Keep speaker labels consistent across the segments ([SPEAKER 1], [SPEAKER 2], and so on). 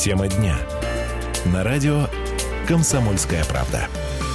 [SPEAKER 1] Тема дня. На радио «Комсомольская правда».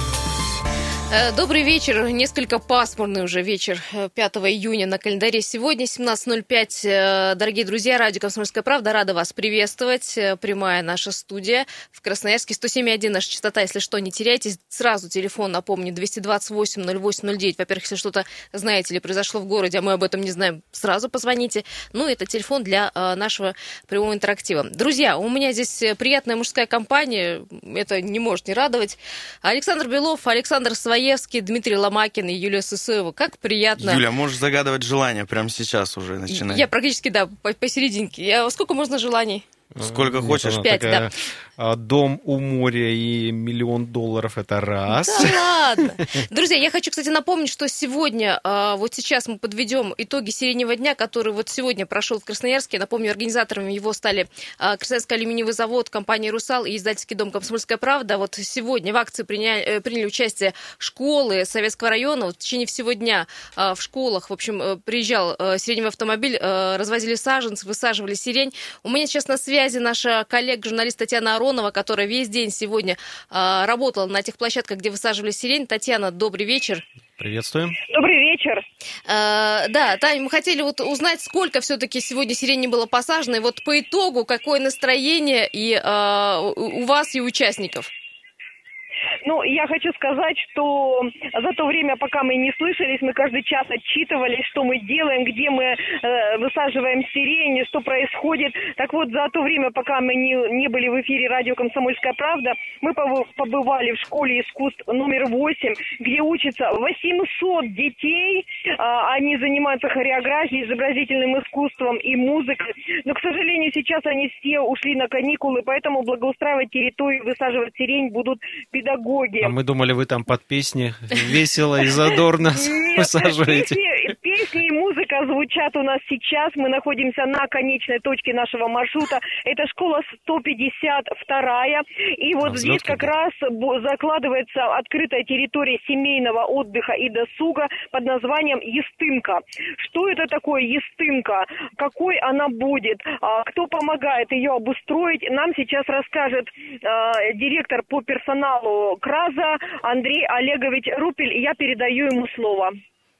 [SPEAKER 2] Добрый вечер. Несколько пасмурный уже вечер 5 июня на календаре. Сегодня 17:05. Дорогие друзья, радио «Комсомольская правда» рада вас приветствовать. Прямая наша студия в Красноярске. 107,1 наша частота. Если что, не теряйтесь. Сразу телефон, напомню, 228-08-09. Во-первых, если что-то знаете или произошло в городе, а мы об этом не знаем, сразу позвоните. Ну, это телефон для нашего прямого интерактива. Друзья, у меня здесь приятная мужская компания. Это не может не радовать. Александр Белов, Александр Своевский, Дмитрий Ломакин и Юлия Сысоева. Как приятно.
[SPEAKER 3] Юля, можешь загадывать желание прямо сейчас уже начинать.
[SPEAKER 2] Я практически, да, посерединке. Сколько можно желаний?
[SPEAKER 3] Сколько хочешь.
[SPEAKER 2] 5, да.
[SPEAKER 4] Дом у моря и $1 миллион — это раз.
[SPEAKER 2] Да ладно. Друзья, я хочу, кстати, напомнить, что сегодня, вот сейчас мы подведем итоги сиреневого дня, который вот сегодня прошел в Красноярске. Напомню, организаторами его стали Красноярский алюминиевый завод, компания «Русал» и издательский дом «Комсомольская правда». Вот сегодня в акции приняли участие школы Советского района. Вот в течение всего дня в школах, в общем, приезжал сиреневый автомобиль, развозили саженцы, высаживали сирень. У меня сейчас на связи наша коллега-журналист Татьяна Аронова, которая весь день сегодня работала на тех площадках, где высаживали сирень. Татьяна, добрый вечер.
[SPEAKER 4] Приветствуем.
[SPEAKER 5] Добрый вечер.
[SPEAKER 2] Да, Таня, мы хотели вот узнать, сколько все-таки сегодня сирени было посажено, и вот по итогу какое настроение и у вас, и у участников?
[SPEAKER 5] Ну, я хочу сказать, что за то время, пока мы не слышались, мы каждый час отчитывались, что мы делаем, где мы высаживаем сирень, что происходит. Так вот, за то время, пока мы не были в эфире радио «Комсомольская правда», мы побывали в школе искусств номер 8, где учатся 800 детей. Они занимаются хореографией, изобразительным искусством и музыкой. Но, к сожалению, сейчас они все ушли на каникулы, поэтому благоустраивать территорию, высаживать сирень будут педагоги.
[SPEAKER 4] А мы думали, вы там под песни весело и задорно высаживаете.
[SPEAKER 5] Песни и музыка звучат у нас сейчас. Мы находимся на конечной точке нашего маршрута. Это школа 152-я. И вот здесь как раз закладывается открытая территория семейного отдыха и досуга под названием Естынка. Что это такое Естынка? Какой она будет? Кто помогает ее обустроить? Нам сейчас расскажет директор по персоналу КРАЗа Андрей Олегович Рупель. Я передаю ему слово.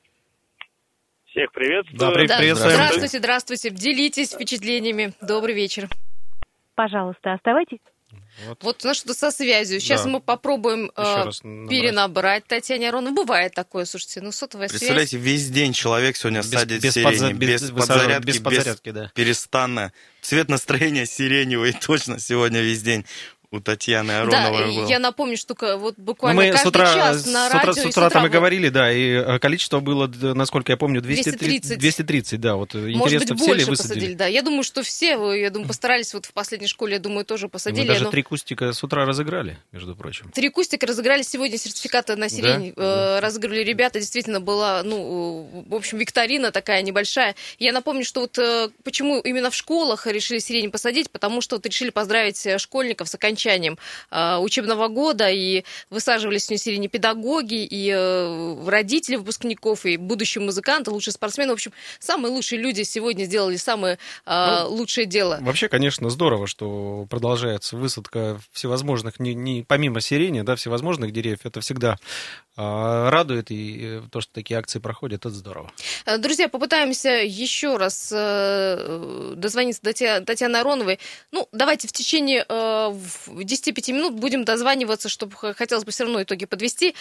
[SPEAKER 6] Всех приветствую.
[SPEAKER 4] Да, приветствуем.
[SPEAKER 2] Здравствуйте. Делитесь впечатлениями. Добрый вечер.
[SPEAKER 7] Пожалуйста, оставайтесь.
[SPEAKER 2] Вот у нас что-то со связью. Сейчас мы попробуем перенабрать Татьяне Ароновой. Бывает такое, слушайте, сотовая связь.
[SPEAKER 3] Представляете, весь день человек сегодня садит сирени. Без подзарядки, да. Перестанно. Цвет настроения сиреневый точно сегодня весь день у Татьяны Ароновой был.
[SPEAKER 2] Я напомню, что вот буквально каждый час на радио.
[SPEAKER 4] С утра там и говорили, да, и количество было, насколько я помню, 230, да, вот интересно,
[SPEAKER 2] может быть,
[SPEAKER 4] все ли
[SPEAKER 2] больше
[SPEAKER 4] высадили?
[SPEAKER 2] посадили, да. Я думаю, что все, постарались вот в последней школе, я думаю, тоже посадили.
[SPEAKER 4] Мы даже 3 кустика с утра разыграли, между прочим.
[SPEAKER 2] 3 кустика разыграли сегодня, сертификаты на сирень разыгрывали ребята, действительно была, в общем, викторина такая небольшая. Я напомню, что вот почему именно в школах решили сирень посадить, потому что вот решили поздравить школьников с окончанием учебного года, и высаживали с ней сирени педагоги, и родители выпускников, и будущие музыканты, лучшие спортсмены. В общем, самые лучшие люди сегодня сделали самое лучшее дело.
[SPEAKER 4] Вообще, конечно, здорово, что продолжается высадка всевозможных, не помимо сирени, да, всевозможных деревьев. Это всегда радует, и то, что такие акции проходят, это здорово.
[SPEAKER 2] Друзья, попытаемся еще раз дозвониться до Татьяны Ароновой. Давайте в течение 10-5 минут будем дозваниваться, чтобы хотелось бы все равно итоги подвести.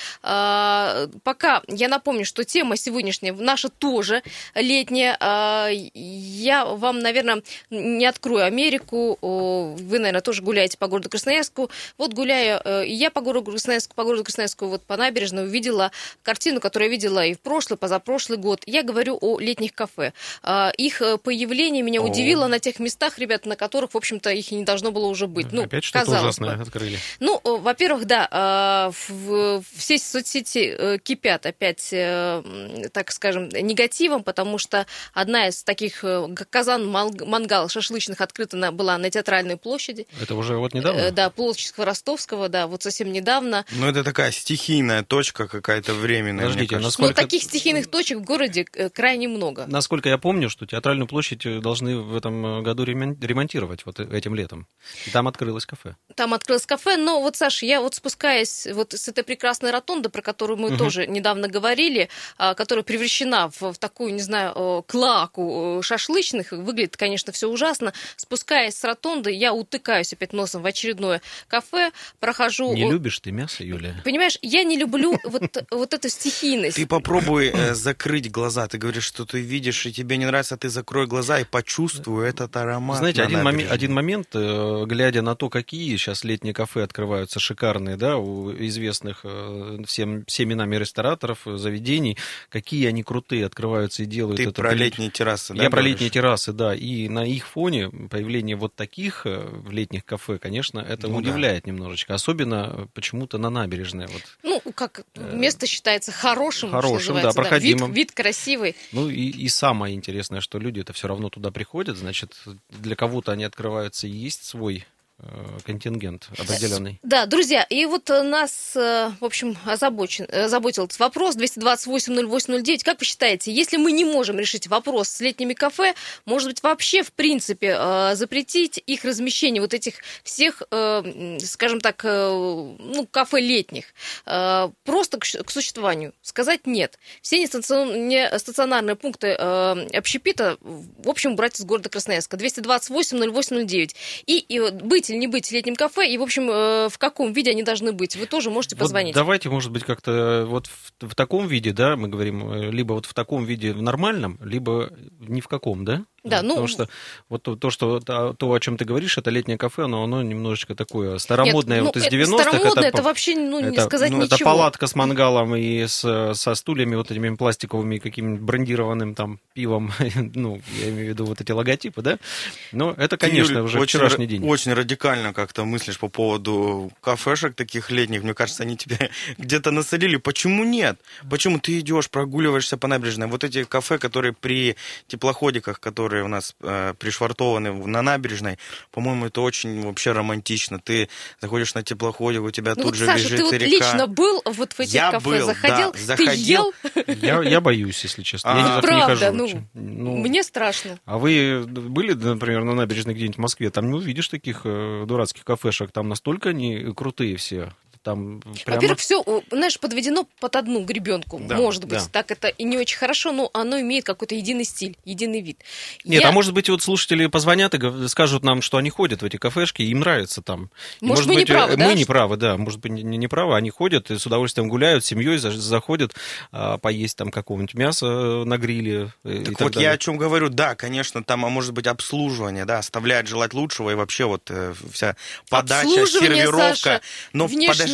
[SPEAKER 2] Пока я напомню, что тема сегодняшняя наша тоже летняя. Я вам, наверное, не открою Америку. Вы, наверное, тоже гуляете по городу Красноярску. Вот гуляя, и я по городу Красноярску, вот по набережной увидела картину, которую я видела и в прошлый, позапрошлый год. Я говорю о летних кафе. Их появление меня удивило на тех местах, ребят, на которых, в общем-то, их и не должно было уже быть.
[SPEAKER 4] Опять что-то ужасное открыли.
[SPEAKER 2] Ну, во-первых, да, все соцсети кипят опять, так скажем, негативом, потому что одна из таких казан-мангал шашлычных открыта была на Театральной площади.
[SPEAKER 4] Это уже вот недавно?
[SPEAKER 2] Да, площадь Ростовского, да, вот совсем недавно.
[SPEAKER 3] Ну, это такая стихийная точка какая-то временная.
[SPEAKER 4] Подождите,
[SPEAKER 2] Но таких стихийных точек в городе крайне много.
[SPEAKER 4] Насколько я помню, что Театральную площадь должны в этом году ремонтировать вот этим летом. И там открылось кафе.
[SPEAKER 2] Там открылось кафе, но вот, Саша, я вот спускаясь вот с этой прекрасной ротонды, про которую мы тоже недавно говорили, которая превращена в такую, не знаю, клоаку шашлычных, выглядит, конечно, все ужасно. Спускаясь с ротонды, я утыкаюсь опять носом в очередное кафе, прохожу...
[SPEAKER 4] Не любишь ты мясо, Юлия?
[SPEAKER 2] Понимаешь, я не люблю вот эту стихийность.
[SPEAKER 3] Ты попробуй закрыть глаза. Ты говоришь, что ты видишь, и тебе не нравится, ты закрой глаза и почувствуй этот аромат.
[SPEAKER 4] Знаете, один момент, глядя на то, какие сейчас летние кафе открываются шикарные, да, у известных всеми нами рестораторов, заведений, какие они крутые открываются и делают.
[SPEAKER 3] Ты
[SPEAKER 4] это
[SPEAKER 3] про летние террасы, да?
[SPEAKER 4] Я про летние террасы, да. И на их фоне появление вот таких в летних кафе, конечно, это удивляет немножечко. Особенно почему-то на набережной. Вот.
[SPEAKER 2] Ну, как место считается хорошим,
[SPEAKER 4] да, проходимым.
[SPEAKER 2] Вид красивый.
[SPEAKER 4] Ну и самое интересное, что люди-то все равно туда приходят, значит, для кого-то они открываются, и есть свой контингент определенный.
[SPEAKER 2] Да, друзья, и вот нас, в общем, озаботил этот вопрос 228-08-09. Как вы считаете, если мы не можем решить вопрос с летними кафе, может быть, вообще, в принципе, запретить их размещение, вот этих всех, скажем так, ну, кафе летних, просто к существованию, сказать нет. Все нестационарные пункты общепита, в общем, убрать из города Красноярска. 228-08-09. И быть или не быть летним кафе, и, в общем, в каком виде они должны быть. Вы тоже можете позвонить.
[SPEAKER 4] Вот давайте, может быть, как-то вот в таком виде, да, мы говорим, либо вот в таком виде в нормальном, либо ни в каком, да?
[SPEAKER 2] Да,
[SPEAKER 4] Потому что вот то, о чем ты говоришь, это летнее кафе, но оно немножечко такое старомодное.
[SPEAKER 2] Нет,
[SPEAKER 4] вот из 90-х.
[SPEAKER 2] Старомодное, это вообще, не сказать ничего.
[SPEAKER 4] Это палатка с мангалом и со стульями вот этими пластиковыми, каким-нибудь брендированным там пивом. Ну, я имею в виду вот эти логотипы, да? Но это, конечно,
[SPEAKER 3] Юль,
[SPEAKER 4] уже вчерашний день.
[SPEAKER 3] Очень радикально как-то мыслишь по поводу кафешек таких летних. Мне кажется, они тебя где-то насолили. Почему нет? Почему ты идешь, прогуливаешься по набережной? Вот эти кафе, которые при теплоходиках, которые у нас пришвартованы на набережной, по-моему, это очень вообще романтично. Ты заходишь на теплоходик, у тебя тут же
[SPEAKER 2] Саша,
[SPEAKER 3] бежит
[SPEAKER 2] ты вот
[SPEAKER 3] река.
[SPEAKER 2] лично был вот в этих кафе? Заходил?
[SPEAKER 3] Да,
[SPEAKER 2] ты ел?
[SPEAKER 4] Я боюсь, если честно. Я не хожу.
[SPEAKER 2] Мне страшно.
[SPEAKER 4] А вы были, например, на набережной где-нибудь в Москве? Там не увидишь таких дурацких кафешек. Там настолько они крутые все. Там прямо...
[SPEAKER 2] Во-первых, все, знаешь, подведено под одну гребенку.
[SPEAKER 4] Да,
[SPEAKER 2] может быть,
[SPEAKER 4] да.
[SPEAKER 2] так это и не очень хорошо, но оно имеет какой-то единый стиль, единый вид.
[SPEAKER 4] Нет, а может быть, вот слушатели позвонят и скажут нам, что они ходят в эти кафешки, им нравится там.
[SPEAKER 2] Может мы не правы, да?
[SPEAKER 4] Мы не правы, да. Может быть, не правы. Они ходят и с удовольствием гуляют с семьей, заходят поесть там какого-нибудь мяса на гриле.
[SPEAKER 3] Так вот я о чем говорю. Да, конечно, там, может быть, обслуживание, да, оставляет желать лучшего, и вообще вот вся подача, сервировка.
[SPEAKER 2] Саша,
[SPEAKER 3] Но подожди,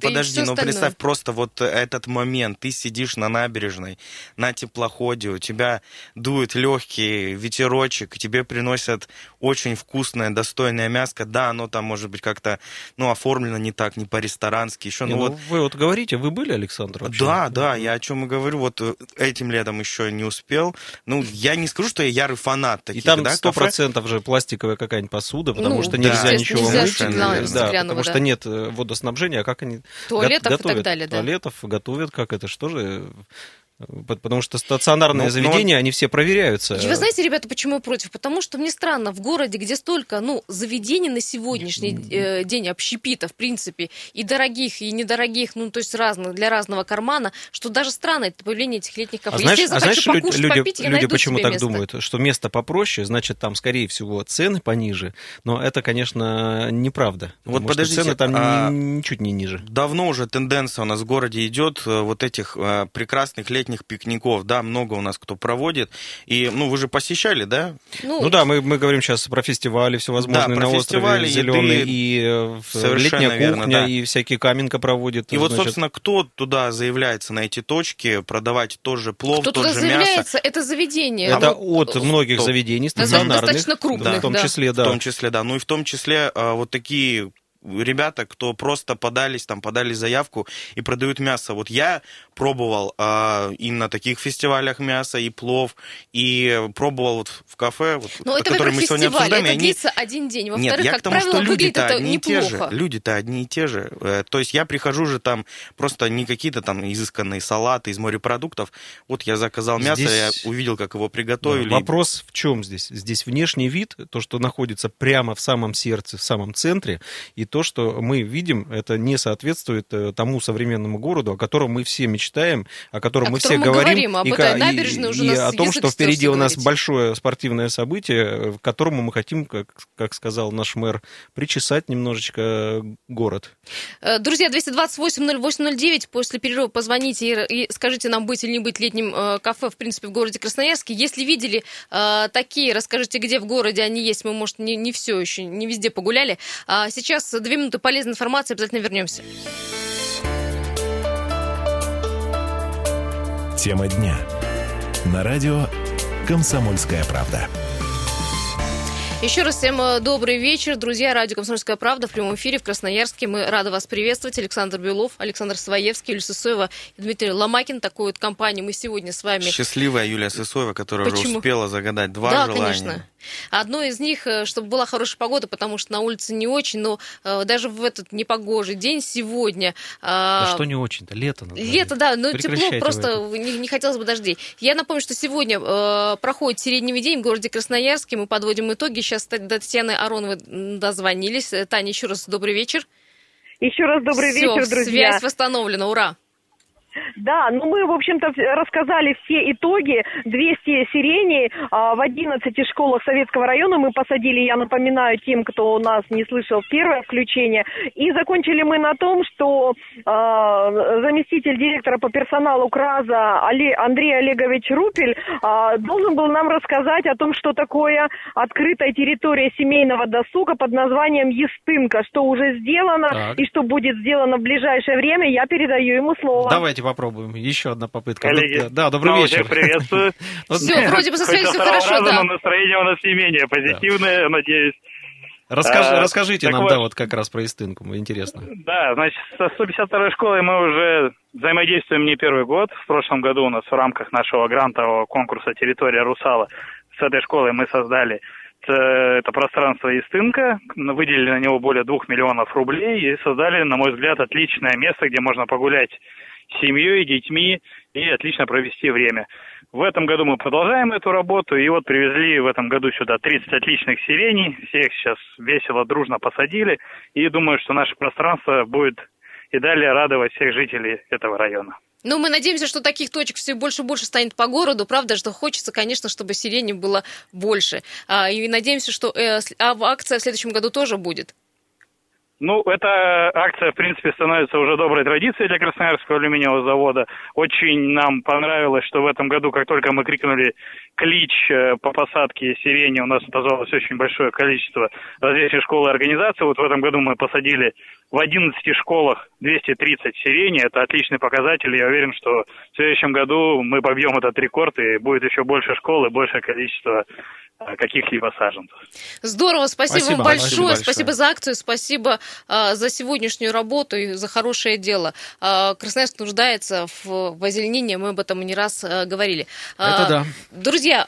[SPEAKER 2] ну
[SPEAKER 3] представь просто вот этот момент. Ты сидишь на набережной, на теплоходе, у тебя дует легкий ветерочек, тебе приносят очень вкусное, достойное мяско. Да, оно там может быть как-то, оформлено не так, не по-ресторански. Еще,
[SPEAKER 4] вы вот говорите, вы были, Александр, вообще?
[SPEAKER 3] Да, я о чем и говорю. Вот этим летом еще не успел. Я не скажу, что я ярый фанат таких,
[SPEAKER 4] и там
[SPEAKER 3] да,
[SPEAKER 4] 100% же пластиковая какая-нибудь посуда, потому что нельзя ничего мыть. Да, потому что нет водоснабжения, а как они
[SPEAKER 2] туалетов
[SPEAKER 4] готовят?
[SPEAKER 2] И так далее, да.
[SPEAKER 4] Туалетов готовят, как это, что же... Потому что стационарные заведения, они все проверяются.
[SPEAKER 2] И вы знаете, ребята, почему я против? Потому что мне странно, в городе, где столько, заведений на сегодняшний день общепита, в принципе, и дорогих, и недорогих, то есть разных, для разного кармана, что даже странно это появление этих летних кафе.
[SPEAKER 4] Знаешь,
[SPEAKER 2] если я захочу покушать, попить, я
[SPEAKER 4] люди
[SPEAKER 2] найду
[SPEAKER 4] почему
[SPEAKER 2] себе
[SPEAKER 4] так
[SPEAKER 2] место.
[SPEAKER 4] думают? Что место попроще, значит, там, скорее всего, цены пониже, но это, конечно, неправда.
[SPEAKER 3] Вот
[SPEAKER 4] подождите, цены там ничуть не ниже.
[SPEAKER 3] Давно уже тенденция у нас в городе идет вот этих прекрасных летних пикников, да, много у нас кто проводит. И, вы же посещали, да?
[SPEAKER 4] Да, мы говорим сейчас про фестивали всевозможные,
[SPEAKER 3] да,
[SPEAKER 4] на острове Зеленый,
[SPEAKER 3] и
[SPEAKER 4] летняя кухня,
[SPEAKER 3] верно, да.
[SPEAKER 4] и всякие Каменка проводят.
[SPEAKER 3] И вот, собственно, кто туда заявляется на эти точки, продавать тот же плов,
[SPEAKER 2] кто
[SPEAKER 3] тот
[SPEAKER 2] туда
[SPEAKER 3] же
[SPEAKER 2] заявляется,
[SPEAKER 3] мясо?
[SPEAKER 2] это заведение.
[SPEAKER 4] Это от многих заведений стационарных.
[SPEAKER 2] Достаточно крупных,
[SPEAKER 4] в том числе, да.
[SPEAKER 3] В том числе, да. И в том числе вот такие ребята, кто просто подали заявку и продают мясо. Вот я пробовал и на таких фестивалях мясо, и плов, и пробовал вот в кафе, который мы сегодня обсуждаем.
[SPEAKER 2] Это длится один день.
[SPEAKER 3] Нет, я
[SPEAKER 2] как
[SPEAKER 3] к тому,
[SPEAKER 2] правило,
[SPEAKER 3] что
[SPEAKER 2] выглядит
[SPEAKER 3] люди-то
[SPEAKER 2] это
[SPEAKER 3] одни и те
[SPEAKER 2] неплохо.
[SPEAKER 3] же. Люди-то одни и те же. То есть я прихожу же там просто не какие-то там изысканные салаты из морепродуктов. Вот я заказал мясо, я увидел, как его приготовили.
[SPEAKER 4] Да, вопрос в чем здесь? Здесь внешний вид, то, что находится прямо в самом сердце, в самом центре, и то, что мы видим, это не соответствует тому современному городу, о котором мы все мечтаем, о котором мы все говорим,
[SPEAKER 2] об этой набережной уже
[SPEAKER 4] и
[SPEAKER 2] нас
[SPEAKER 4] о том,
[SPEAKER 2] язык
[SPEAKER 4] что впереди у нас
[SPEAKER 2] говорить.
[SPEAKER 4] большое спортивное событие, к которому мы хотим, как сказал наш мэр, причесать немножечко город.
[SPEAKER 2] Друзья, 228-08-09, после перерыва позвоните и скажите нам, быть или не быть летним кафе, в принципе, в городе Красноярске. Если видели такие, расскажите, где в городе они есть. Мы, может, не все еще, не везде погуляли. А сейчас 2 минуты полезной информации, обязательно вернемся.
[SPEAKER 1] Тема дня. На радио «Комсомольская правда».
[SPEAKER 2] Еще раз всем добрый вечер, друзья. Радио «Комсомольская правда» в прямом эфире в Красноярске. Мы рады вас приветствовать. Александр Белов, Александр Своевский, Юлия Сысоева и Дмитрий Ломакин. Такую вот компанию мы сегодня с вами...
[SPEAKER 3] Счастливая Юлия Сысоева, которая уже успела загадать 2 желания.
[SPEAKER 2] Да, конечно. Одно из них, чтобы была хорошая погода, потому что на улице не очень, но даже в этот непогожий день сегодня...
[SPEAKER 4] Да что не очень-то, лето.
[SPEAKER 2] Лето, да, но тепло, просто не хотелось бы дождей. Я напомню, что сегодня проходит средний день в городе Красноярске. Мы подводим итоги. Сейчас до Татьяны Ароновой дозвонились. Таня, еще раз добрый вечер.
[SPEAKER 5] Еще раз добрый вечер, друзья.
[SPEAKER 2] Связь восстановлена, ура!
[SPEAKER 5] Да, мы, в общем-то, рассказали все итоги. 200 сиреней в 11 школах Советского района мы посадили, я напоминаю тем, кто у нас не слышал первое включение. И закончили мы на том, что заместитель директора по персоналу КРАЗа Андрей Олегович Рупель должен был нам рассказать о том, что такое открытая территория семейного досуга под названием Естынка, что уже сделано и что будет сделано в ближайшее время. Я передаю ему слово.
[SPEAKER 4] Давайте попробуем. Еще одна попытка.
[SPEAKER 6] Коллеги,
[SPEAKER 4] да, добрый вечер.
[SPEAKER 6] Всех приветствую.
[SPEAKER 2] Все, вроде бы со связью все хорошо, да.
[SPEAKER 6] Но настроение у нас не менее позитивное, надеюсь.
[SPEAKER 4] Расскажите нам, вот как раз про Естынку, интересно.
[SPEAKER 6] Да, значит, со 152-й школой мы уже взаимодействуем не первый год. В прошлом году у нас в рамках нашего грантового конкурса «Территория Русала» с этой школой мы создали это пространство Естынка, выделили на него более 2 миллионов рублей и создали, на мой взгляд, отличное место, где можно погулять с семьей, детьми и отлично провести время. В этом году мы продолжаем эту работу, и вот привезли в этом году сюда 30 отличных сиреней, всех сейчас весело, дружно посадили, и думаю, что наше пространство будет и далее радовать всех жителей этого района.
[SPEAKER 2] Ну, мы надеемся, что таких точек все больше и больше станет по городу. Правда, что хочется, конечно, чтобы сирени было больше. И надеемся, что акция в следующем году тоже будет.
[SPEAKER 6] Эта акция, в принципе, становится уже доброй традицией для Красноярского алюминиевого завода. Очень нам понравилось, что в этом году, как только мы крикнули клич по посадке сирени, у нас отозвалось очень большое количество различных школ и организаций. Вот в этом году мы посадили в 11 школах 230 сирени. Это отличный показатель. Я уверен, что в следующем году мы побьем этот рекорд, и будет еще больше школ и большее количество каких-либо саженцев.
[SPEAKER 2] Здорово, спасибо вам большое. Спасибо за акцию, спасибо за сегодняшнюю работу и за хорошее дело. Красноярск нуждается в озеленении, мы об этом не раз говорили.
[SPEAKER 4] Это да.
[SPEAKER 2] Друзья,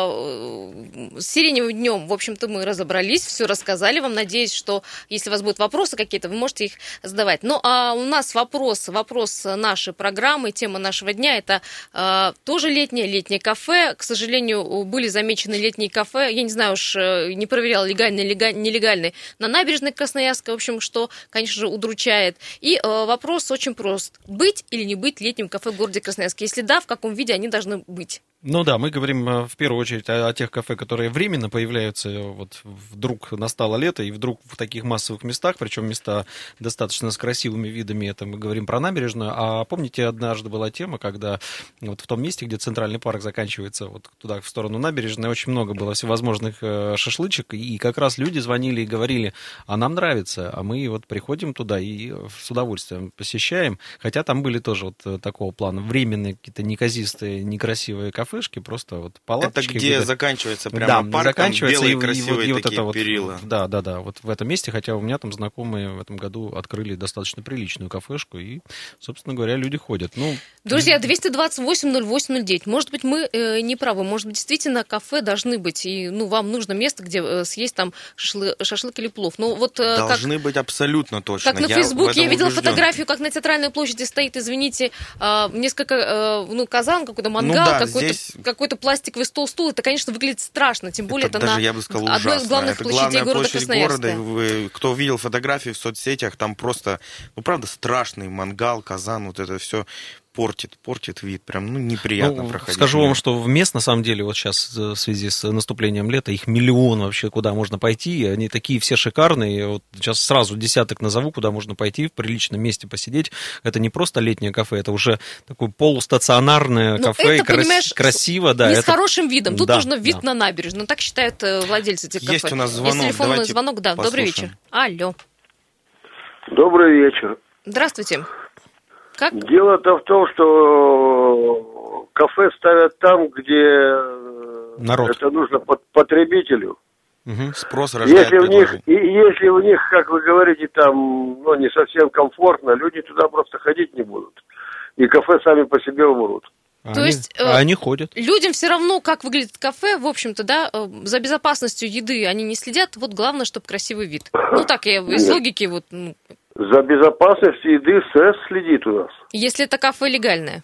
[SPEAKER 2] с сиреневым днем, в общем-то, мы разобрались, все рассказали вам. Надеюсь, что если у вас будут вопросы какие-то, вы можете их задавать. Ну, а у нас вопрос нашей программы, тема нашего дня, это тоже летнее кафе. К сожалению, были замечены летние кафе, я не знаю уж, не проверяла, легальный или нелегальный, на набережной Красноярска, в общем, что, конечно же, удручает. И вопрос очень прост. Быть или не быть летним кафе в городе Красноярске? Если да, в каком виде они должны быть?
[SPEAKER 4] Ну да, мы говорим в первую очередь о тех кафе, которые временно появляются, вот вдруг настало лето, и вдруг в таких массовых местах, причем места достаточно с красивыми видами, это мы говорим про набережную. А помните, однажды была тема, когда вот в том месте, где Центральный парк заканчивается, вот туда, в сторону набережной, очень много было всевозможных шашлычек, и как раз люди звонили и говорили, а нам нравится, а мы вот приходим туда и с удовольствием посещаем, хотя там были тоже вот такого плана временные какие-то неказистые, некрасивые кафе, кафешки, просто вот
[SPEAKER 3] Это
[SPEAKER 4] палаточки.
[SPEAKER 3] где заканчивается прямо парк,
[SPEAKER 4] заканчивается,
[SPEAKER 3] белые
[SPEAKER 4] и
[SPEAKER 3] красивые
[SPEAKER 4] вот
[SPEAKER 3] такие
[SPEAKER 4] это
[SPEAKER 3] перила.
[SPEAKER 4] Да, вот в этом месте, хотя у меня там знакомые в этом году открыли достаточно приличную кафешку, и, собственно говоря, люди ходят. Ну,
[SPEAKER 2] Друзья, 228-08-09. Может быть, мы не правы. Может быть, действительно, кафе должны быть. И вам нужно место, где съесть там шашлык или плов. Но вот
[SPEAKER 3] Должны быть абсолютно точно.
[SPEAKER 2] как на Фейсбуке я видела
[SPEAKER 3] убежден.
[SPEAKER 2] фотографию, как на Театральной площади стоит, извините, несколько казан, какой-то мангал,
[SPEAKER 3] да,
[SPEAKER 2] какой-то пластиковый стул. Это, конечно, выглядит страшно. Тем более, это
[SPEAKER 3] даже,
[SPEAKER 2] на
[SPEAKER 3] я бы сказал,
[SPEAKER 2] одной из
[SPEAKER 3] ужасно.
[SPEAKER 2] главных
[SPEAKER 3] Это
[SPEAKER 2] площадей
[SPEAKER 3] главная
[SPEAKER 2] города
[SPEAKER 3] площадь
[SPEAKER 2] Красноярска.
[SPEAKER 3] города. Кто видел фотографии в соцсетях, там просто, правда, страшный мангал, казан, вот это все портит вид. Прям, неприятно проходить.
[SPEAKER 4] Скажу вам, что в мест, на самом деле, вот сейчас в связи с наступлением лета, их миллион вообще, куда можно пойти. Они такие все шикарные. Вот сейчас сразу десяток назову, куда можно пойти, в приличном месте посидеть. Это не просто летнее кафе, это уже такое полустационарное кафе.
[SPEAKER 2] Это, понимаешь,
[SPEAKER 4] красиво, да.
[SPEAKER 2] Не с хорошим видом. Тут нужно вид
[SPEAKER 4] да.
[SPEAKER 2] на набережную. Так считают владельцы этих кафе.
[SPEAKER 3] Есть у нас звонок.
[SPEAKER 2] Есть телефонный
[SPEAKER 3] Давайте
[SPEAKER 2] звонок, да. Добрый
[SPEAKER 3] послушаем.
[SPEAKER 2] вечер. Алло.
[SPEAKER 8] Добрый вечер.
[SPEAKER 2] Здравствуйте. Как?
[SPEAKER 8] Дело-то в том, что кафе ставят там, где
[SPEAKER 4] народ.
[SPEAKER 8] Это нужно потребителю.
[SPEAKER 4] Угу.
[SPEAKER 3] Спрос рождает предложение.
[SPEAKER 8] Если у них, как вы говорите, там не совсем комфортно, люди туда просто ходить не будут. И кафе сами по себе умрут.
[SPEAKER 2] То есть
[SPEAKER 4] они ходят.
[SPEAKER 2] Людям все равно, как выглядит кафе, в общем-то, да, за безопасностью еды они не следят. Вот главное, чтобы красивый вид. Так я из логики вот.
[SPEAKER 8] За безопасностью еды СЭС следит у нас.
[SPEAKER 2] Если это кафе легальное.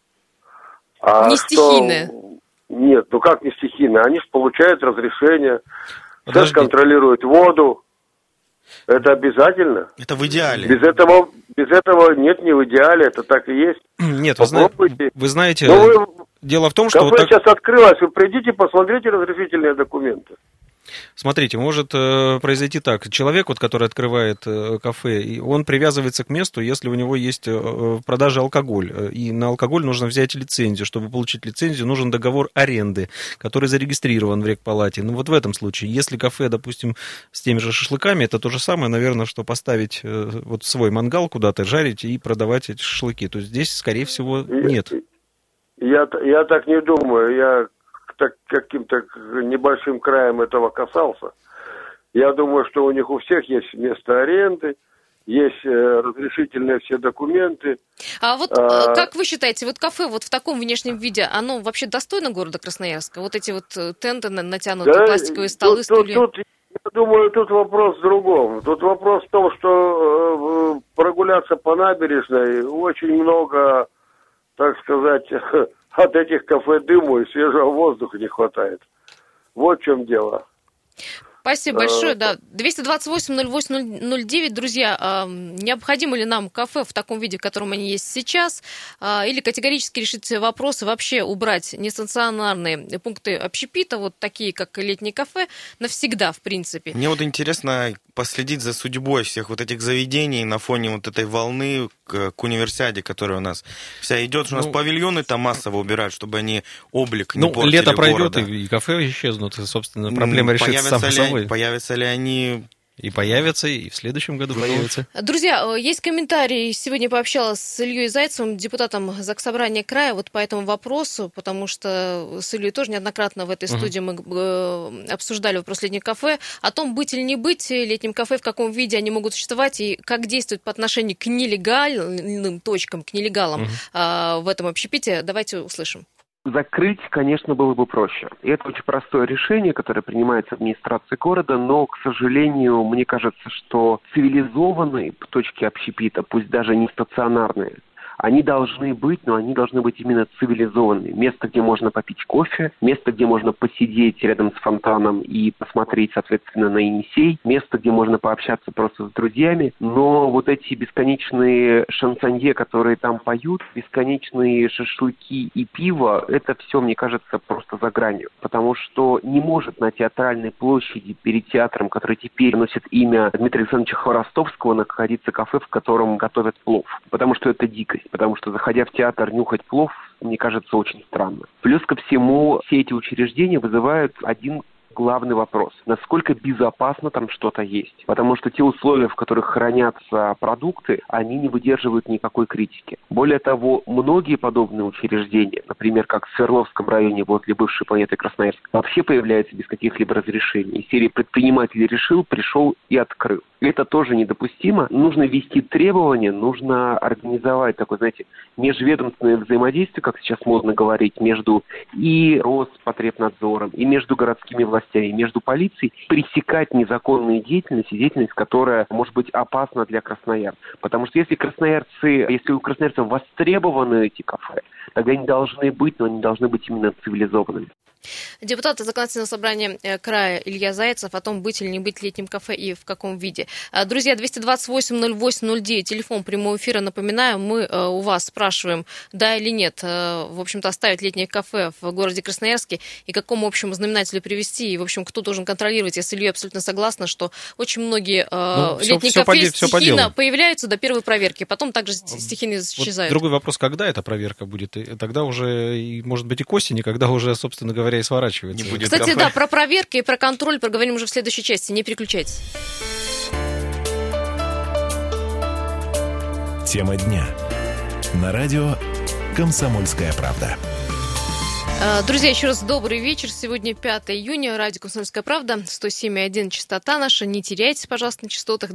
[SPEAKER 8] Не
[SPEAKER 2] стихийное.
[SPEAKER 8] Нет, как не стихийное? Они же получают разрешение. СЭС контролирует воду. Это обязательно.
[SPEAKER 3] Это в идеале.
[SPEAKER 8] Без этого нет, не в идеале, это так и есть.
[SPEAKER 4] Нет, вы знаете, дело в том, что...
[SPEAKER 8] Кафе сейчас открылось, вы придите, посмотрите разрешительные документы.
[SPEAKER 4] Смотрите, может произойти так. Человек, который открывает кафе, он привязывается к месту, если у него есть в продаже алкоголь. И на алкоголь нужно взять лицензию. Чтобы получить лицензию, нужен договор аренды, который зарегистрирован в регпалате. Вот в этом случае, если кафе, допустим, с теми же шашлыками, это то же самое, наверное, что поставить свой мангал куда-то, жарить и продавать эти шашлыки. То есть здесь, скорее всего, нет.
[SPEAKER 8] Я так не думаю. Я каким-то небольшим краем этого касался. Я думаю, что у них у всех есть место аренды, есть разрешительные все документы.
[SPEAKER 2] А как вы считаете, кафе в таком внешнем виде, оно вообще достойно города Красноярска? Вот эти тенты натянутые, пластиковые столы, стулья?
[SPEAKER 8] Я думаю, тут вопрос в другом. Тут вопрос в том, что прогуляться по набережной очень много, так сказать, от этих кафе дыму и свежего воздуха не хватает. Вот в чем дело.
[SPEAKER 2] Спасибо большое. Да. 228-08-09. Друзья, необходимо ли нам кафе в таком виде, в котором они есть сейчас, или категорически решить вопросы, вообще убрать нестационарные пункты общепита, такие, как летние кафе, навсегда, в принципе?
[SPEAKER 3] Мне интересно последить за судьбой всех этих заведений на фоне этой волны к универсиаде, которая у нас вся идет. У нас павильоны там массово убирают, чтобы они облик не портили
[SPEAKER 4] лето пройдет,
[SPEAKER 3] города.
[SPEAKER 4] и кафе исчезнут, и, собственно, проблема решится сама собой.
[SPEAKER 3] Появятся ли они...
[SPEAKER 4] И появятся, и в следующем году появятся.
[SPEAKER 2] Друзья, есть комментарий. Сегодня пообщалась с Ильей Зайцевым, депутатом Заксобрания края, по этому вопросу, потому что с Ильей тоже неоднократно в этой студии мы обсуждали вопрос летних кафе, о том, быть или не быть летним кафе, в каком виде они могут существовать, и как действуют по отношению к нелегальным точкам, к нелегалам в этом общепите. Давайте услышим.
[SPEAKER 9] Закрыть, конечно, было бы проще. И это очень простое решение, которое принимается администрацией города, но, к сожалению, мне кажется, что цивилизованные точки общепита, пусть даже не стационарные, они должны быть, но они должны быть именно цивилизованные. Место, где можно попить кофе, место, где можно посидеть рядом с фонтаном и посмотреть, соответственно, на Енисей, место, где можно пообщаться просто с друзьями. Но эти бесконечные шансонье, которые там поют, бесконечные шашлыки и пиво, это все, мне кажется, просто за гранью. Потому что не может на Театральной площади перед театром, который теперь носит имя Дмитрия Александровича Хворостовского, находиться кафе, в котором готовят плов. Потому что это дикость. Потому что, заходя в театр, нюхать плов, мне кажется, очень странно. Плюс ко всему, все эти учреждения вызывают один главный вопрос. Насколько безопасно там что-то есть? Потому что те условия, в которых хранятся продукты, они не выдерживают никакой критики. Более того, многие подобные учреждения, например, как в Свердловском районе возле бывшей планеты Красноярск, вообще появляются без каких-либо разрешений. Из серии предприниматель решил, пришел и открыл. Это тоже недопустимо. Нужно ввести требования, нужно организовать такое, знаете, межведомственное взаимодействие, как сейчас модно говорить, между и Роспотребнадзором, и между городскими властями, и между полицией, пресекать незаконную деятельность, которая может быть опасна для красноярцев. Потому что если у красноярцев востребованы эти кафе, тогда они должны быть, но они должны быть именно цивилизованными.
[SPEAKER 2] Депутат Законодательного собрания края Илья Зайцев о том, быть или не быть летним кафе и в каком виде. Друзья, 228-08-09, телефон прямого эфира, напоминаю, мы у вас спрашиваем, да или нет, в общем-то, оставить летнее кафе в городе Красноярске и к какому общему знаменателю привести, и, в общем, кто должен контролировать. Я с Ильей абсолютно согласна, что очень многие летние кафе стихийно появляются до первой проверки, потом также стихийно исчезают.
[SPEAKER 4] Вот другой вопрос, когда эта проверка будет? И тогда уже, может быть, и к осени, когда уже, собственно говоря, и сворачивается.
[SPEAKER 2] Кстати, кафе. Да, про проверки и про контроль поговорим уже в следующей части. Не переключайтесь.
[SPEAKER 1] Тема дня. На радио «Комсомольская правда».
[SPEAKER 2] Друзья, еще раз добрый вечер. Сегодня 5 июня. Радио «Комсомольская правда». 107,1 частота наша. Не теряйтесь, пожалуйста, на частотах.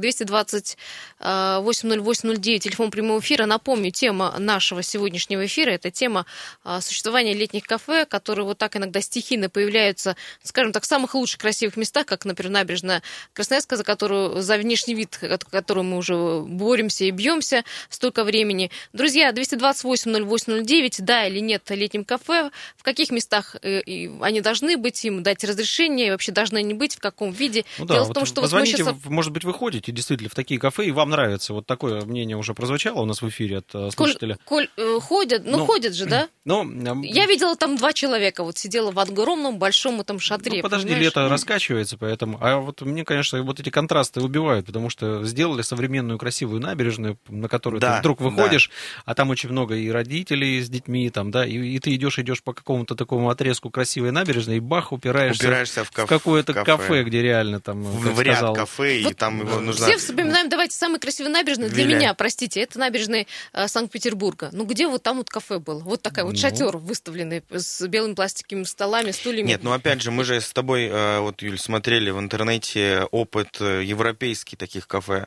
[SPEAKER 2] 228-08-09. Телефон прямого эфира. Напомню, тема нашего сегодняшнего эфира – это тема существования летних кафе, которые вот так иногда стихийно появляются, скажем так, в самых лучших красивых местах, как, например, набережная Красноярска, за внешний вид, который мы уже боремся и бьемся столько времени. Друзья, 228-08-09. Да или нет летним кафе? В каких местах они должны быть, им дать разрешение, и вообще должны они быть, в каком виде.
[SPEAKER 4] Ну да,
[SPEAKER 2] Дело в том, что
[SPEAKER 4] позвоните,
[SPEAKER 2] вот мы сейчас...
[SPEAKER 4] может быть, вы ходите действительно в такие кафе, и вам нравится. Вот такое мнение уже прозвучало у нас в эфире от слушателя.
[SPEAKER 2] Ходят, ходят же, да? Я видела там 2 человека, вот сидела в огромном большом там шатре.
[SPEAKER 4] Подожди, лето раскачивается, поэтому... А вот мне, конечно, вот эти контрасты убивают, потому что сделали современную красивую набережную, на которую ты вдруг выходишь, а там очень много и родителей с детьми, там, да, и ты идешь по какому-то такому отрезку красивой набережной, и бах, упираешься в какое-то кафе, где реально там...
[SPEAKER 3] В ряд кафе, и там его нужно...
[SPEAKER 2] Все вспоминаем, давайте, самые красивые набережные для меня, простите, это набережные Санкт-Петербурга. Ну, где вот там вот кафе был? Вот такая вот шатер выставленный с белыми пластиковыми столами, стульями.
[SPEAKER 3] Нет, опять же, мы же с тобой, вот, Юль, смотрели в интернете опыт европейский таких кафе.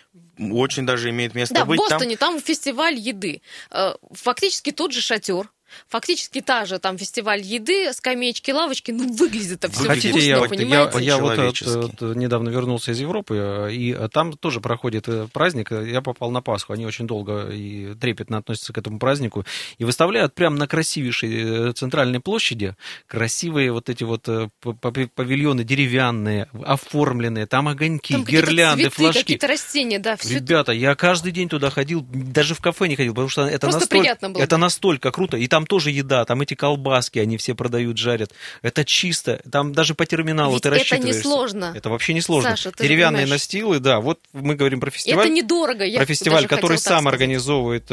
[SPEAKER 3] Очень даже имеет место быть.
[SPEAKER 2] Да, в Бостоне там фестиваль еды. Фактически тот же шатер. Фактически та же там фестиваль еды, скамеечки, лавочки, выглядит это все вкусно, понимаете?
[SPEAKER 4] Я вот недавно вернулся из Европы, и там тоже проходит праздник, я попал на Пасху, они очень долго и трепетно относятся к этому празднику, и выставляют прямо на красивейшей центральной площади красивые вот эти вот павильоны деревянные, оформленные, там огоньки, там гирлянды,
[SPEAKER 2] цветы,
[SPEAKER 4] флажки.
[SPEAKER 2] Какие-то растения, да.
[SPEAKER 4] Ребята, я каждый день туда ходил, даже в кафе не ходил, потому что это настолько круто, и там тоже еда, там эти колбаски, они все продают, жарят. Это чисто, там даже по терминалу ты рассчитываешься.
[SPEAKER 2] Это не сложно.
[SPEAKER 4] Это вообще не сложно.
[SPEAKER 2] Саша,
[SPEAKER 4] деревянные настилы, да, вот мы говорим про фестиваль.
[SPEAKER 2] Это недорого.
[SPEAKER 4] Про фестиваль, который сам организовывает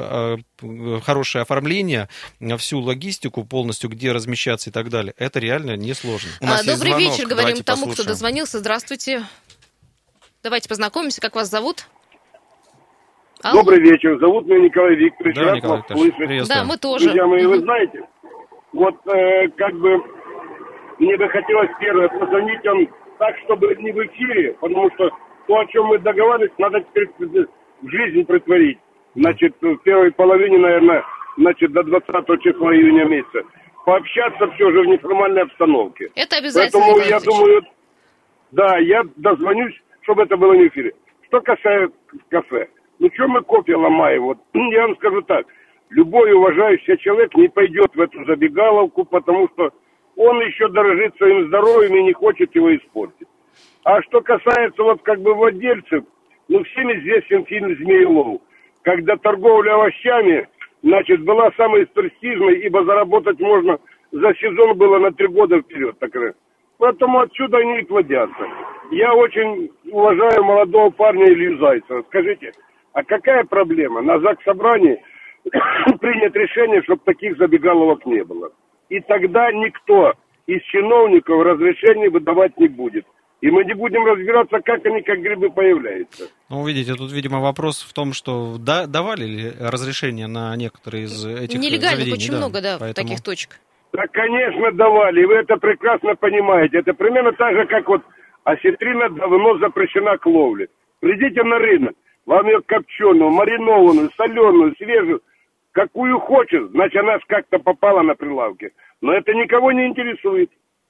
[SPEAKER 4] хорошее оформление, всю логистику полностью, где размещаться и так далее. Это реально несложно.
[SPEAKER 2] Добрый вечер, говорим тому, кто дозвонился. Здравствуйте. Давайте познакомимся. Как вас зовут?
[SPEAKER 10] Алло. Добрый вечер. Зовут меня Николай Викторович.
[SPEAKER 4] Да, Николай Викторович.
[SPEAKER 2] Да, мы тоже.
[SPEAKER 10] Друзья мои, вы знаете, вот мне бы хотелось первое позвонить вам так, чтобы не в эфире, потому что то, о чем мы договаривались, надо теперь в жизнь претворить. Значит, в первой половине, наверное, до 20 числа июня месяца. Пообщаться все же в неформальной обстановке.
[SPEAKER 2] Это обязательно.
[SPEAKER 10] Поэтому я думаю, да, я дозвонюсь, чтобы это было не в эфире. Что касается кафе. Что мы кофе ломаем? Вот я вам скажу так. Любой уважающий человек не пойдет в эту забегаловку, потому что он еще дорожит своим здоровьем и не хочет его испортить. А что касается владельцев, всем известен фильм «Змеелов», когда торговля овощами, была самой престижной, ибо заработать можно за сезон было на 3 года вперед. Поэтому отсюда они и плодятся. Я очень уважаю молодого парня Илью Зайцева. Скажите, а какая проблема? На Заксобрании принять решение, чтобы таких забегаловок не было. И тогда никто из чиновников разрешений выдавать не будет. И мы не будем разбираться, как они, как грибы, появляются.
[SPEAKER 4] Ну, видите, тут, видимо, вопрос в том, что давали ли разрешение на некоторые из этих
[SPEAKER 2] нелегальных
[SPEAKER 4] заведений.
[SPEAKER 2] очень много, да,
[SPEAKER 4] поэтому...
[SPEAKER 2] таких точек.
[SPEAKER 10] Да, конечно, давали, и вы это прекрасно понимаете. Это примерно так же, как вот осетрина давно запрещена к ловле. Придите на рынок, вам ее копченую, маринованную, соленую, свежую, какую хочешь, значит, она ж как-то попала на прилавки. Но это никого не интересует.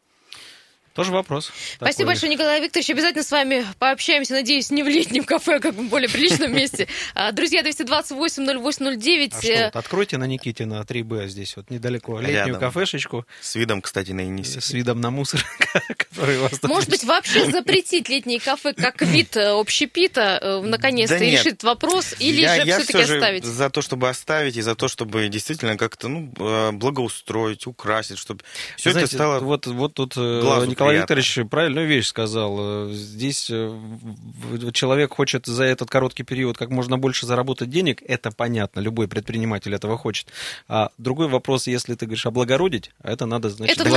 [SPEAKER 4] Тоже вопрос.
[SPEAKER 2] Спасибо большое, Николай Викторович. Обязательно с вами пообщаемся, надеюсь, не в летнем кафе, а как в более приличном месте. Друзья, 228-08-09.
[SPEAKER 4] А что, вот откройте на Никитина 3Б здесь, вот недалеко, летнюю кафешечку.
[SPEAKER 3] С видом, кстати, на Енисей.
[SPEAKER 4] С видом на мусор, который у вас тут
[SPEAKER 2] Может быть, вообще запретить летние кафе как вид общепита, наконец-то, и решить вопрос, или же все-таки оставить?
[SPEAKER 3] Я за то, чтобы оставить, и за то, чтобы действительно как-то благоустроить, украсить, чтобы все это стало
[SPEAKER 4] вот тут
[SPEAKER 3] глазу
[SPEAKER 4] Николай Викторович правильную вещь сказал. Здесь человек хочет за этот короткий период как можно больше заработать денег, это понятно, любой предприниматель этого хочет. А другой вопрос, если ты говоришь облагородить, это надо, значит,
[SPEAKER 2] это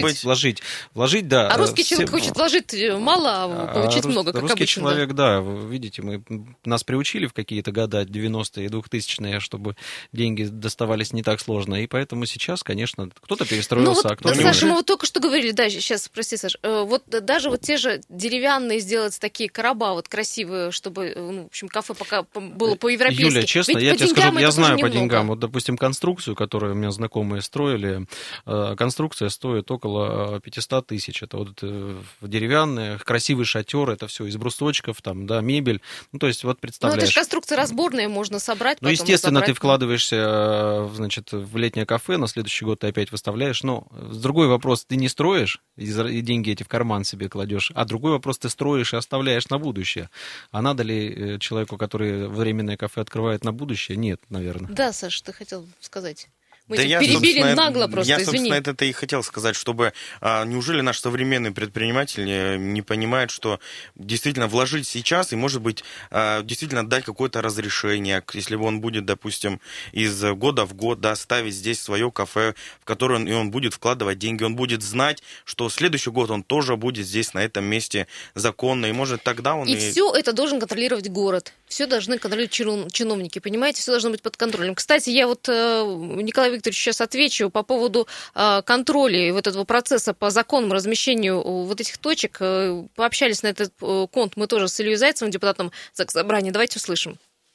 [SPEAKER 4] вложить, да.
[SPEAKER 2] А русский человек хочет вложить мало, а получить много, как
[SPEAKER 4] русский
[SPEAKER 2] обычно.
[SPEAKER 4] Человек, да, вы видите, нас приучили в какие-то года, 90-е и 2000-е, чтобы деньги доставались не так сложно, и поэтому сейчас, конечно, кто-то перестроился, а кто-то...
[SPEAKER 2] Саша, мы вот только что говорили, да, сейчас, прости, Саш, вот даже вот те же деревянные сделать такие короба вот красивые, чтобы, в общем, кафе пока было по-европейски.
[SPEAKER 4] Юля, честно,
[SPEAKER 2] ведь
[SPEAKER 4] я тебе скажу, я знаю по
[SPEAKER 2] немного.
[SPEAKER 4] деньгам. Вот, допустим, конструкцию, которую у меня знакомые строили, конструкция стоит около 500 тысяч. Это вот деревянная, красивый шатер, это все из брусочков, там, да, мебель. Ну, то есть, вот представляешь.
[SPEAKER 2] Ну, это же конструкция разборная, можно собрать.
[SPEAKER 4] Ну, естественно, ты вкладываешься, значит, в летнее кафе, на следующий год ты опять выставляешь. Но другой вопрос, ты не строишь, и деньги эти в карман себе кладешь. А другой вопрос, ты строишь и оставляешь на будущее. А надо ли человеку, который временное кафе открывает, на будущее? Нет, наверное.
[SPEAKER 2] Да, Саша, ты хотел сказать. Мы
[SPEAKER 3] Да
[SPEAKER 2] перебили нагло просто,
[SPEAKER 3] я,
[SPEAKER 2] извини.
[SPEAKER 3] собственно, это и хотел сказать, чтобы неужели наш современный предприниматель не понимает, что действительно вложить сейчас и, может быть, действительно дать какое-то разрешение, если он будет, допустим, из года в год, да, ставить здесь свое кафе, в которое он будет вкладывать деньги, он будет знать, что следующий год он тоже будет здесь, на этом месте законно, и, может, тогда он...
[SPEAKER 2] И все это должен контролировать город. Все должны контролировать чиновники, понимаете? Все должно быть под контролем. Кстати, я вот, Николай Викторович, сейчас отвечу по поводу контроля вот этого процесса по законному размещению вот этих точек. Пообщались на этот конт мы тоже с Ильей Зайцевым, депутатом Заксобрания. Давайте услышим.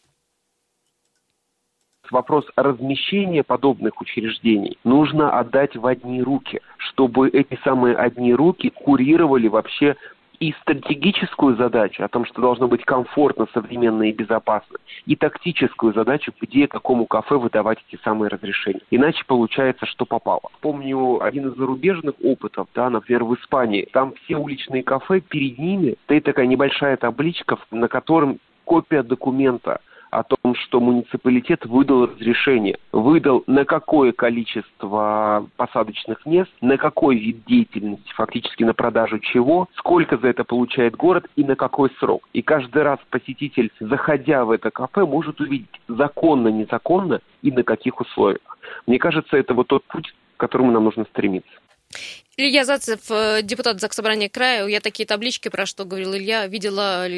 [SPEAKER 9] Вопрос размещения подобных учреждений нужно отдать в одни руки, чтобы эти самые одни руки курировали вообще и стратегическую задачу о том, что должно быть комфортно, современно и безопасно, и тактическую задачу, где какому кафе выдавать эти самые разрешения. Иначе получается, что попало. Помню один из зарубежных опытов, да, например, в Испании. Там все уличные кафе, перед ними стоит такая небольшая табличка, на котором копия документа о том, что муниципалитет выдал разрешение. Выдал на какое количество посадочных мест, на какой вид деятельности, фактически на продажу чего, сколько за это получает город и на какой срок. И каждый раз посетитель, заходя в это кафе, может увидеть законно, незаконно и на каких условиях. Мне кажется, это вот тот путь, к которому нам нужно стремиться.
[SPEAKER 2] Илья Зайцев, депутат Заксобрания края. Я такие таблички, про что говорил Илья, видела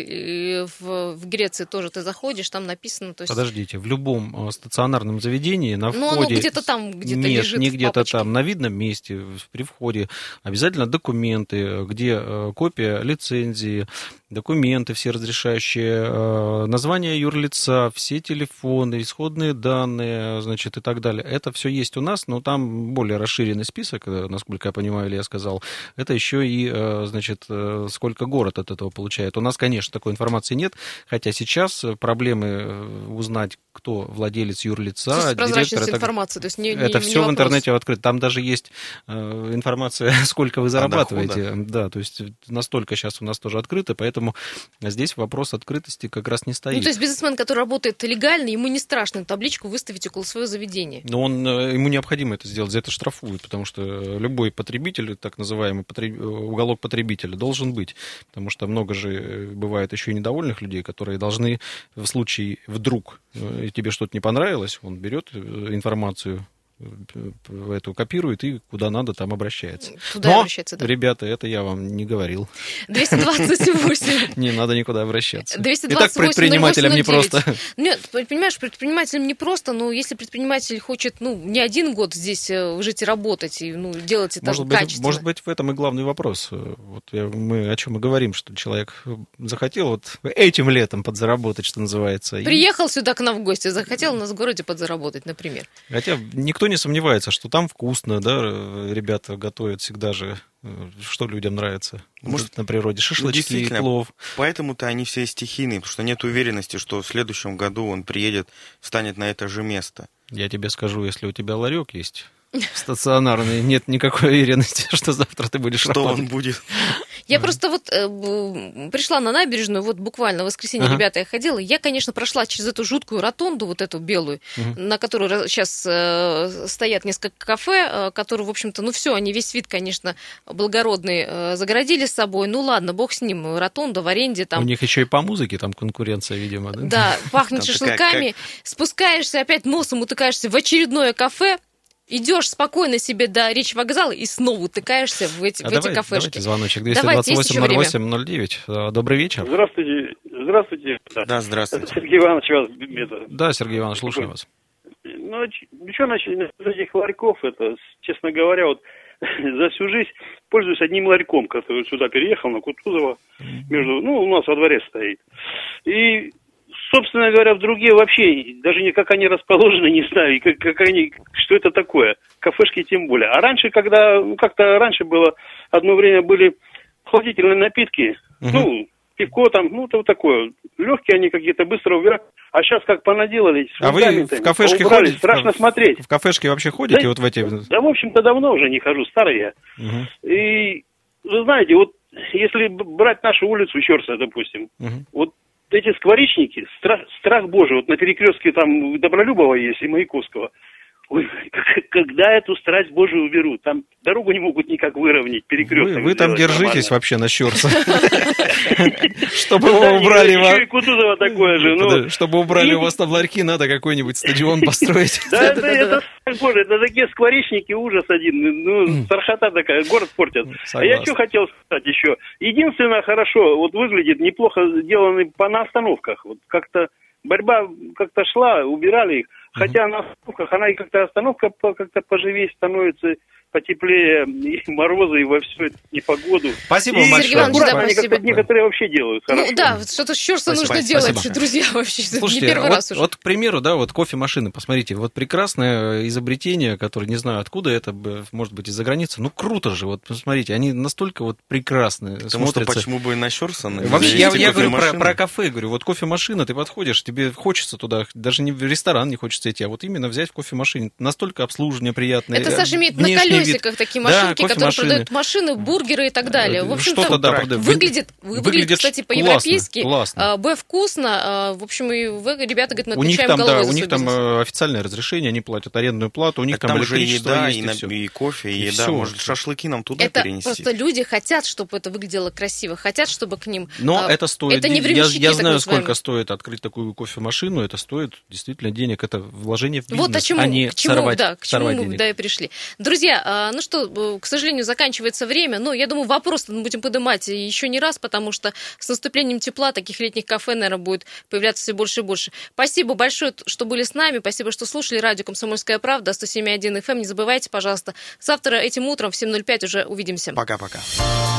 [SPEAKER 2] в Греции тоже. Ты заходишь, там написано. То есть...
[SPEAKER 4] Подождите, в любом стационарном заведении на входе...
[SPEAKER 2] Ну, оно где-то там, где-то
[SPEAKER 4] Нет,
[SPEAKER 2] лежит
[SPEAKER 4] не
[SPEAKER 2] в
[SPEAKER 4] где-то
[SPEAKER 2] папочке.
[SPEAKER 4] там, на видном месте, при входе обязательно документы, где копия лицензии, документы все разрешающие, название юрлица, все телефоны, исходные данные, значит, и так далее. Это все есть у нас, но там более расширенный список, насколько я понимаю, или я сказал. Это еще и, значит, сколько город от этого получает. У нас, конечно, такой информации нет, хотя сейчас проблемы узнать, кто владелец юрлица, директор,
[SPEAKER 2] информации, то есть
[SPEAKER 4] это все в интернете открыто. Там даже есть информация, сколько вы зарабатываете. Да, то есть настолько сейчас у нас тоже открыто, поэтому здесь вопрос открытости как раз не стоит.
[SPEAKER 2] Ну, то есть бизнесмен, который работает легально, ему не страшно табличку выставить около своего заведения.
[SPEAKER 4] Но ему необходимо это сделать, за это штрафуют, потому что любой потребитель, так называемый уголок потребителя, должен быть. Потому что много же бывает еще и недовольных людей, которые должны в случае вдруг тебе что-то не понравилось, он берет информацию, эту копирует и куда надо, там обращается.
[SPEAKER 2] Туда
[SPEAKER 4] Но,
[SPEAKER 2] обращается, да.
[SPEAKER 4] ребята, это я вам не говорил.
[SPEAKER 2] 228.
[SPEAKER 4] Не надо никуда обращаться.
[SPEAKER 2] 228
[SPEAKER 4] И так предпринимателям непросто.
[SPEAKER 2] Нет, понимаешь, предпринимателям непросто, но если предприниматель хочет, не один год здесь жить и работать, и делать это качественно.
[SPEAKER 4] Может быть, в этом и главный вопрос. Мы о чем и говорим, что человек захотел этим летом подзаработать, что называется.
[SPEAKER 2] Приехал сюда к нам в гости, захотел у нас в городе подзаработать, например.
[SPEAKER 4] Хотя никто не сомневается, что там вкусно, да, ребята готовят всегда же, что людям нравится. Может, на природе шашлычки, плов.
[SPEAKER 3] Поэтому-то они все стихийные, потому что нет уверенности, что в следующем году он приедет, встанет на это же место.
[SPEAKER 4] Я тебе скажу, если у тебя ларек есть стационарный, нет никакой уверенности, что завтра ты будешь работать.
[SPEAKER 3] Что он будет.
[SPEAKER 2] Я просто пришла на набережную, буквально в воскресенье, ребята, я ходила. Я, конечно, прошла через эту жуткую ротонду, эту белую, на которой сейчас стоят несколько кафе, которые, в общем-то, все, они весь вид, конечно, благородный, загородили с собой. Ладно, бог с ним, ротонда в аренде. Там...
[SPEAKER 4] У них еще и по музыке там конкуренция, видимо, да?
[SPEAKER 2] Да, пахнет шашлыками. Спускаешься, опять носом утыкаешься в очередное кафе. Идешь спокойно себе до речвокзала и снова утыкаешься в эти кафешки.
[SPEAKER 4] Давайте звоночек 228-08-09. Добрый вечер.
[SPEAKER 11] Здравствуйте.
[SPEAKER 3] Да, здравствуйте.
[SPEAKER 11] Сергей Иванович вас...
[SPEAKER 4] Да, Сергей Иванович, слушаю вас.
[SPEAKER 11] Что начать с этих ларьков? Это, честно говоря, за всю жизнь пользуюсь одним ларьком, который сюда переехал, на Кутузова. У нас во дворе стоит. И... Собственно говоря, в другие вообще, даже как они расположены, не знаю, что это такое. Кафешки тем более. А раньше, как-то раньше было, одно время были охладительные напитки, пивко там, такое. Легкие они какие-то, быстро убирают. А сейчас как понаделали.
[SPEAKER 4] А вы в кафешке ходите?
[SPEAKER 11] Страшно смотреть.
[SPEAKER 4] В кафешке вообще ходите в эти?
[SPEAKER 11] Да, в общем-то, давно уже не хожу, старый я. И, вы знаете, если брать нашу улицу Щерса, допустим, эти скворечники, страх божий, на перекрестке там Добролюбова есть и Маяковского. Ой, когда эту страсть Божию уберут? Там дорогу не могут никак выровнять, перекресток.
[SPEAKER 4] Вы там держитесь вообще на Щерса. Чтобы его убрали.
[SPEAKER 11] Еще и Кутузова такое же.
[SPEAKER 4] Чтобы убрали у вас там ларьки, надо какой-нибудь стадион построить.
[SPEAKER 11] Да, это страх божий, это такие скворечники, ужас один. Страшота такая, город портят. А я что хотел сказать еще? Единственное, хорошо, выглядит неплохо сделаны на остановках. Как-то борьба как-то шла, убирали их. Хотя на остановках, она и как-то остановка как-то поживее становится, потеплее, и морозы, и во всю эту непогоду.
[SPEAKER 4] Спасибо вам большое.
[SPEAKER 11] Они как-то некоторые вообще делают хорошо.
[SPEAKER 2] Что-то с Щерса нужно делать, друзья, вообще.
[SPEAKER 4] Слушайте,
[SPEAKER 2] не первый раз уже.
[SPEAKER 4] К примеру, кофемашины, посмотрите, прекрасное изобретение, которое, не знаю, откуда это, может быть, из-за границы, круто же, посмотрите, они настолько прекрасны смотрятся.
[SPEAKER 3] Почему бы и на Щерса?
[SPEAKER 4] Вообще, я говорю про кафе, говорю, кофемашина, ты подходишь, тебе хочется туда, даже не в ресторан не хочется идти, а именно взять в кофемашине, настолько обслуживание приятное.
[SPEAKER 2] Это, Саша, имеет на колесиках такие машинки, которые продают машины, бургеры и так далее. В общем-то, выглядит, кстати, по-европейски, вкусно. В общем, и ребята говорят, мы отвечаем головой за свой бизнес.
[SPEAKER 4] У них там официальное разрешение, они платят арендную плату, у них там электричество есть,
[SPEAKER 3] и кофе, и еда. Может, шашлыки нам туда перенести?
[SPEAKER 2] Это просто люди хотят, чтобы это выглядело красиво, хотят, чтобы к ним...
[SPEAKER 4] Но это стоит...
[SPEAKER 2] Это не временщики,
[SPEAKER 4] я знаю, сколько стоит открыть такую кофемашину, это стоит действительно денег, это вложение в бизнес, а не сорвать денег.
[SPEAKER 2] К чему мы и пришли. Друзья, к сожалению, заканчивается время, но я думаю, вопрос мы будем поднимать еще не раз, потому что с наступлением тепла таких летних кафе, наверное, будет появляться все больше и больше. Спасибо большое, что были с нами, спасибо, что слушали радио «Комсомольская правда», 107.1 FM. Не забывайте, пожалуйста, завтра этим утром в 7:05 уже увидимся.
[SPEAKER 3] Пока-пока.